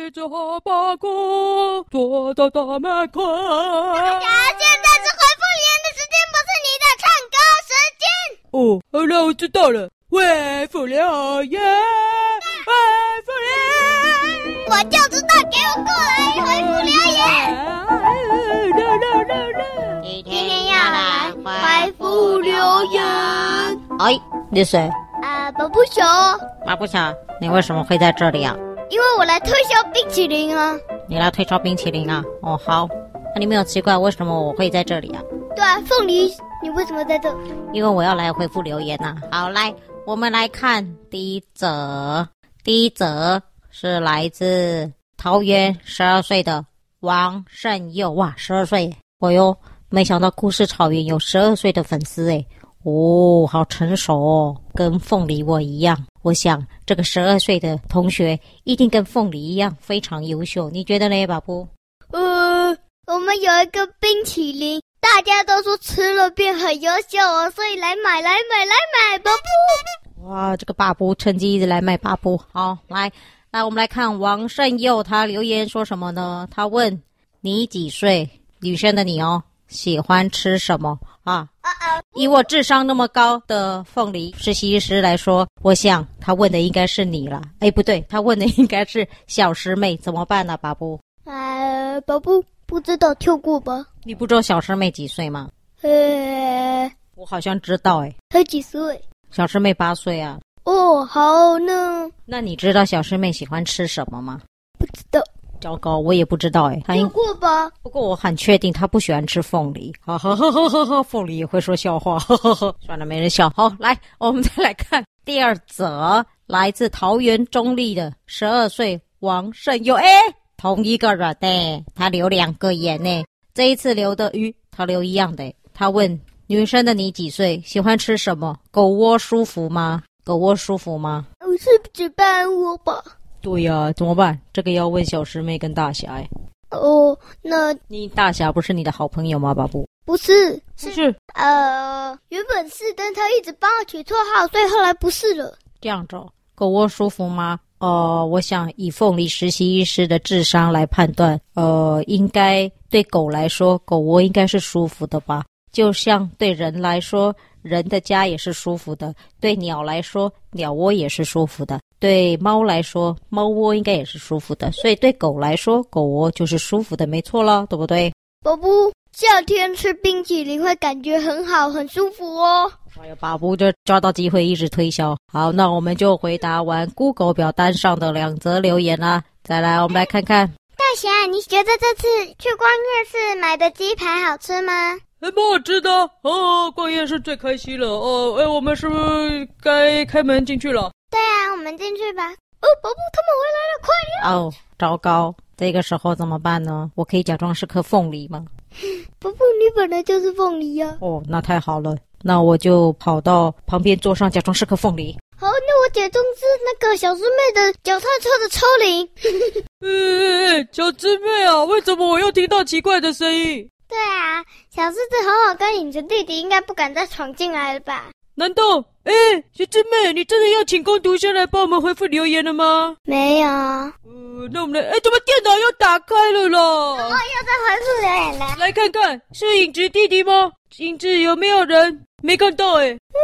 骑着哈巴狗坐到大门口。 现在是回复留言的时间，不是你的唱歌时间。 哦，好了，我知道了。回复留言，回复留言， 我就知道，给我过来回复留言。今天要来回复留言。 哎，你谁？ 宝布熊。 马布小，你为什么会在这里啊？ 因为我来推销冰淇淋啊。 你来推销冰淇淋啊？哦，好。那你没有奇怪为什么我会在这里啊？ 对啊，凤梨，你为什么在这？ 因为我要来回复留言啊。好，来，我们来看第一则。第一则是来自桃园12岁的王胜佑。哇，12岁！哦哟，没想到故事草原有12岁的粉丝诶。哦，好成熟哦，跟凤梨我一样。我想这个12岁的同学一定跟凤梨一样非常优秀，你觉得呢，宝布？ 我们有一个冰淇淋，大家都说吃了变很优秀哦，所以来买，宝布。 哇，这个爸布趁机一直来卖爸布。好，来我们来看王胜佑他留言说什么呢？他问你几岁？女生的你哦，喜欢吃什么啊？以我智商那么高的凤梨实习医师来说，我想他问的应该是你啦。哎，不对，他问的应该是小师妹，怎么办呢，宝布？ 宝布不知道跳过吧？ 你不知道小师妹几岁吗？我好像知道诶。 她几岁？ 小师妹8岁啊。 哦，好呢。 那你知道小师妹喜欢吃什么吗？ 不知道。 糟糕，我也不知道诶。 跳过吧。 不过我很确定她不喜欢吃凤梨。哈哈哈哈哈！凤梨也会说笑话。哈哈哈！算了，没人笑。好，来，我们再来看第二则，来自桃园中立的12岁王胜佑。同一个人呢，他留2个言呢。这一次留的他留一样的。他问女生的你几岁？喜欢吃什么？狗窝舒服吗？狗窝舒服吗？ 我是只办窝吧。 对呀，怎么办？这个要问小师妹跟大侠诶。 哦，那你大侠不是你的好朋友吗，宝布？ 不是， 是原本是，但他一直帮我取绰号，所以后来不是了。 这样子哦。狗窝舒服吗？我想以凤梨实习医师的智商来判断，应该对狗来说，狗窝应该是舒服的吧？就像对人来说，人的家也是舒服的；对鸟来说，鸟窝也是舒服的；对猫来说，猫窝应该也是舒服的。所以对狗来说，狗窝就是舒服的，没错了，对不对？ 宝布，夏天吃冰淇淋会感觉很好，很舒服哦。 哎呀，宝布就抓到机会一直推销。好，那我们就回答完 Google 表单上的2则留言啦。再来，我们来看看。 大侠，你觉得这次去逛夜市买的鸡排好吃吗？ 蛮好吃的哦，逛夜市最开心了哦。我们是不是该开门进去了？ 对啊，我们进去吧。宝布他们回来了，快点！ 哦，糟糕，这个时候怎么办呢？我可以假装是颗凤梨吗？ 宝布，你本来就是凤梨啊。 哦，那太好了，那我就跑到旁边桌上假装是颗凤梨。 好，那我假装是那个小师妹的脚踏车的车铃。 小师妹啊，为什么我又听到奇怪的声音？ 对啊，小狮子好好跟你的弟弟应该不敢再闯进来了吧？ 难道小师妹，你真的要请工读生来帮我们回复留言了吗？ 没有。 那我们来，怎么电脑又打开了啦？ 又在回复留言了。 来看看，是影子弟弟吗？影子有没有人？没看到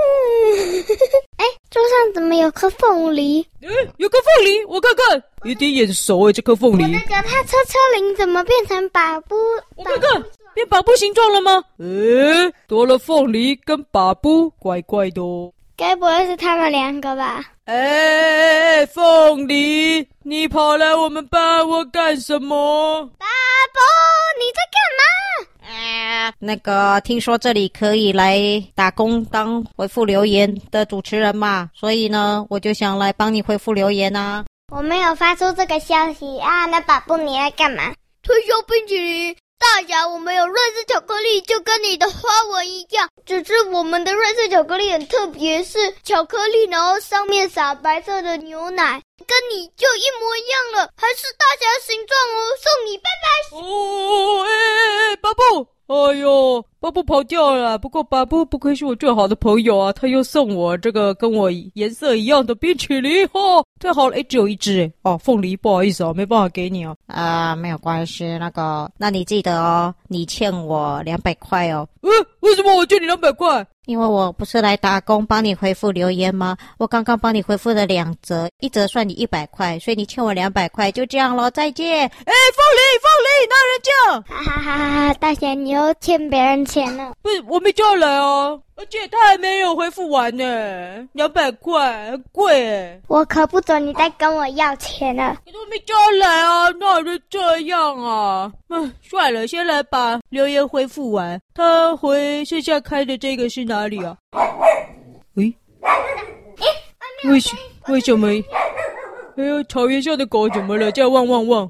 桌上怎么有颗凤梨？ 有颗凤梨，我看看，有点眼熟这颗凤梨。 我的脚踏车车铃怎么变成宝布？ 我看看，变宝布形状了吗？多了凤梨跟宝布，怪怪的哦。 该不会是他们2个吧？ 凤梨，你跑来我们班我干什么？ 宝布，你在干嘛？ 那个听说这里可以来打工当回复留言的主持人嘛，所以呢，我就想来帮你回复留言啊。 我没有发出这个消息啊，那宝布你来干嘛？推销冰淇淋。大侠，我们有瑞士巧克力，就跟你的花纹一样，只是我们的瑞士巧克力很特别，是巧克力，然后上面撒白色的牛奶，跟你就一模一样了，还是大侠形状哦，送你拜拜。 宝布， 巴布跑掉了，不过巴布不愧是我最好的朋友啊，他又送我这个跟我颜色一样的冰淇淋哦，太好了，只有一只哦，凤梨不好意思哦，没办法给你哦。 没有关系，那你记得哦，你欠我200块哦。 为什么我欠你200块？ 因为我不是来打工帮你回复留言吗？我刚刚帮你回复了2则，1则算你100块，所以你欠我200块，就这样咯，再见。 凤梨，哪人叫？ 哈哈哈哈！大侠，你又欠别人钱了。 不是，我没叫来哦，而且他还没有回复完呢，200块很贵耶。 我可不准你再跟我要钱了。 可是我没叫来啊，哪有人这样啊？算了，先来把留言回复完。他回剩下开的这个是哪里啊？为什么？哎呦，草原上的狗怎么了？这样汪汪汪！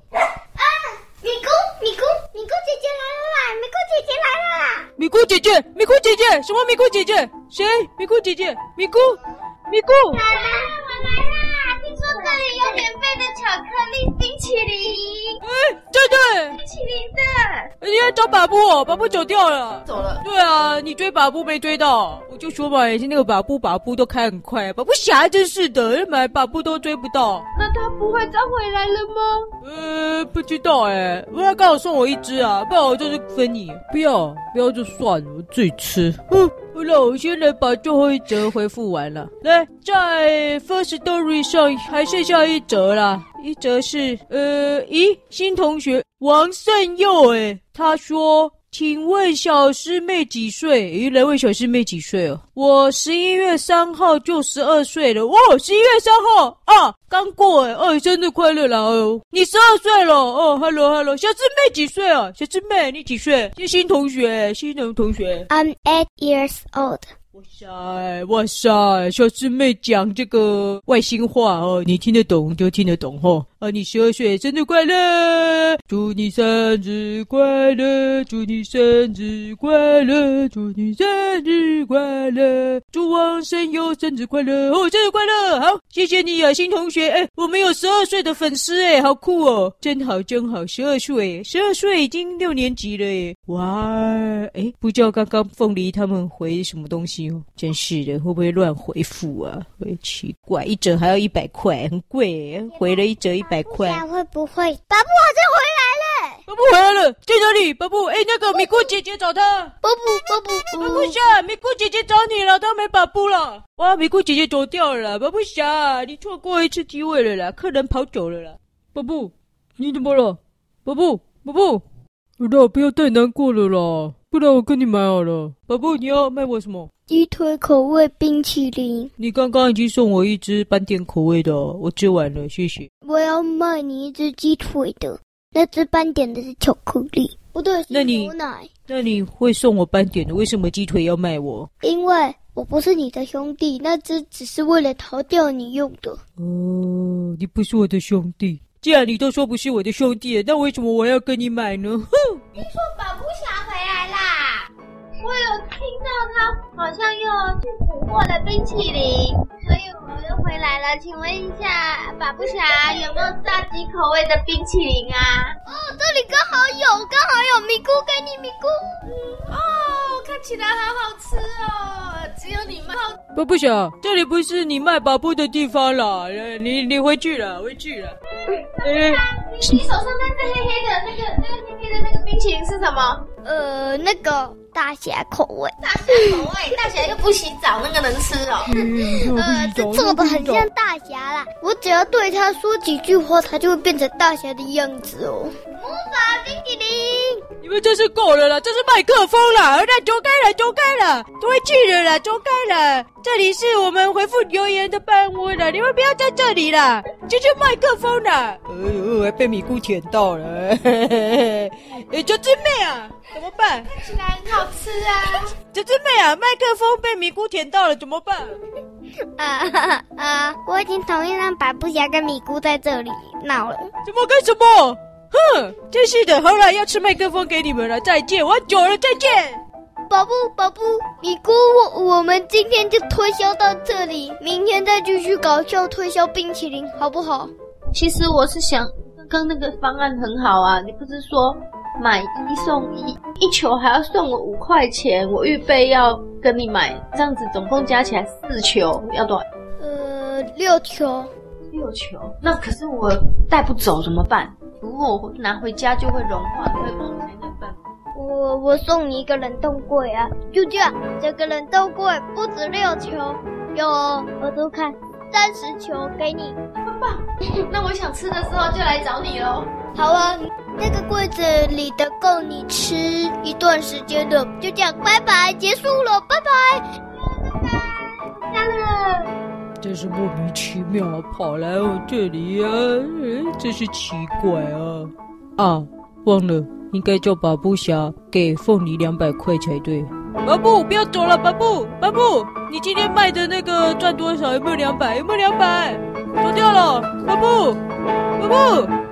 米姑姐姐来了啦！米姑姐姐，什么米姑姐姐？谁？米姑姐姐？米姑。 我来啦！听说这里有免费的巧克力冰淇淋。 真的？ 冰淇淋的。 你要找巴布哦，巴布走掉了。 走了。 对啊，你追巴布没追到，我就说嘛，也是那个巴布都开很快，巴布侠真是的，买巴布都追不到。 那他不会再回来了吗？ 不知道不然刚好送我一只啊，不然我就是分你。不要就算了，我自己吃。好了，我先来把最后一则回复完了。来，在 First Story 上还剩下一则啦，一则是新同学王胜佑他说，请问小师妹几岁？来问小师妹几岁哦？我11月3号就12岁了。哇，11月3号啊，刚过生日快乐啦！你12岁了哦 ，Hello， 小师妹几岁啊？小师妹你几岁？是新同学。 I'm 8 years old。 哇塞，小师妹讲这个外星话哦，你听得懂就听得懂哦。你12岁，生日快乐！祝你生日快乐！祝你生日快乐！祝你生日快乐！祝王胜佑生日快乐！哦，生日快乐！好，谢谢你啊，新同学。我们有12岁的粉丝好酷哦，真好，12岁已经6年级了哇，不知道刚刚凤梨他们回什么东西哦，真是的，会不会乱回复啊？会奇怪，一折还要100块，很贵回了一折100块。 会不会巴布好像回来了？ 巴布回来了，在哪里？巴布，那个米姑姐姐找他。 巴布侠，米姑姐姐找你了，她没巴布了。哇，米姑姐姐走掉了，巴布侠，你错过一次机会了啦，客人跑走了啦。巴布，你怎么了？巴布，好了，不要太难过了啦，不然我跟你买好了。巴布，你要卖我什么？ 鸡腿口味冰淇淋。 你刚刚已经送我一只斑点口味的我吃完了，谢谢。 我要卖你一只鸡腿的，那只斑点的是巧克力，不对，是牛奶。 那你会送我斑点的，为什么鸡腿要卖我？ 因为我不是你的兄弟，那只只是为了逃掉你用的。 哦，你不是我的兄弟。既然你都说不是我的兄弟，那为什么我要跟你买呢？ 听说保不侠回来啦，我有听到他好像又去捕获了冰淇淋，所以我又回来了。请问一下，保不侠有没有炸鸡口味的冰淇淋啊？这里刚好有米姑，给你米姑。 看起来好好吃哦，只有你卖。 保不侠，这里不是你卖保布的地方啦，你回去了。 你手上那个黑黑的那个冰淇淋是什么？ 那个大侠口味。 大侠又不洗澡，那个能吃哦？ 这做的很像大侠啦，我只要对他说几句话，他就会变成大侠的样子哦。魔法冰淇淋， 你们真是够了啦，这是麦克风啦，走开了，都会去了啦，走开了。这里是我们回复留言的办屋啦，你们不要在这里啦，这是麦克风啦。还被米姑舔到了，这只妹啊，怎么办？ 看起来很好吃啊。 这只妹啊，麦克风被米姑舔到了，怎么办？ 我已经同意让保不侠跟米姑在这里闹了。 怎么干什么？真是的，好了，要吃麦克风给你们了，再见，我走了，再见。 宝布，米姑，我们今天就推销到这里，明天再继续搞笑推销冰淇淋，好不好？ 其实我是想，刚刚那个方案很好啊，你不是说买一送一，一球还要送我5块钱，我预备要跟你买，这样子总共加起来4球，要多少 ？6球。 6球，那可是我带不走怎么办？如果我拿回家就会融化，会不没那份。 我送你一个冷冻柜啊，就这样，这个冷冻柜不止6球，有我都看30球给你， 棒棒。那我想吃的时候就来找你咯。 好啊，那个柜子里的够你吃一段时间的，就这样，拜拜，结束了，拜拜，拜拜，下了。 真是莫名其妙跑来我这里啊，真是奇怪啊！啊，忘了，应该叫巴布侠给凤梨200块才对。巴布，不要走了，巴布，巴布，你今天卖的那个赚多少？有没有200？有没有200？走掉了，巴布，巴布。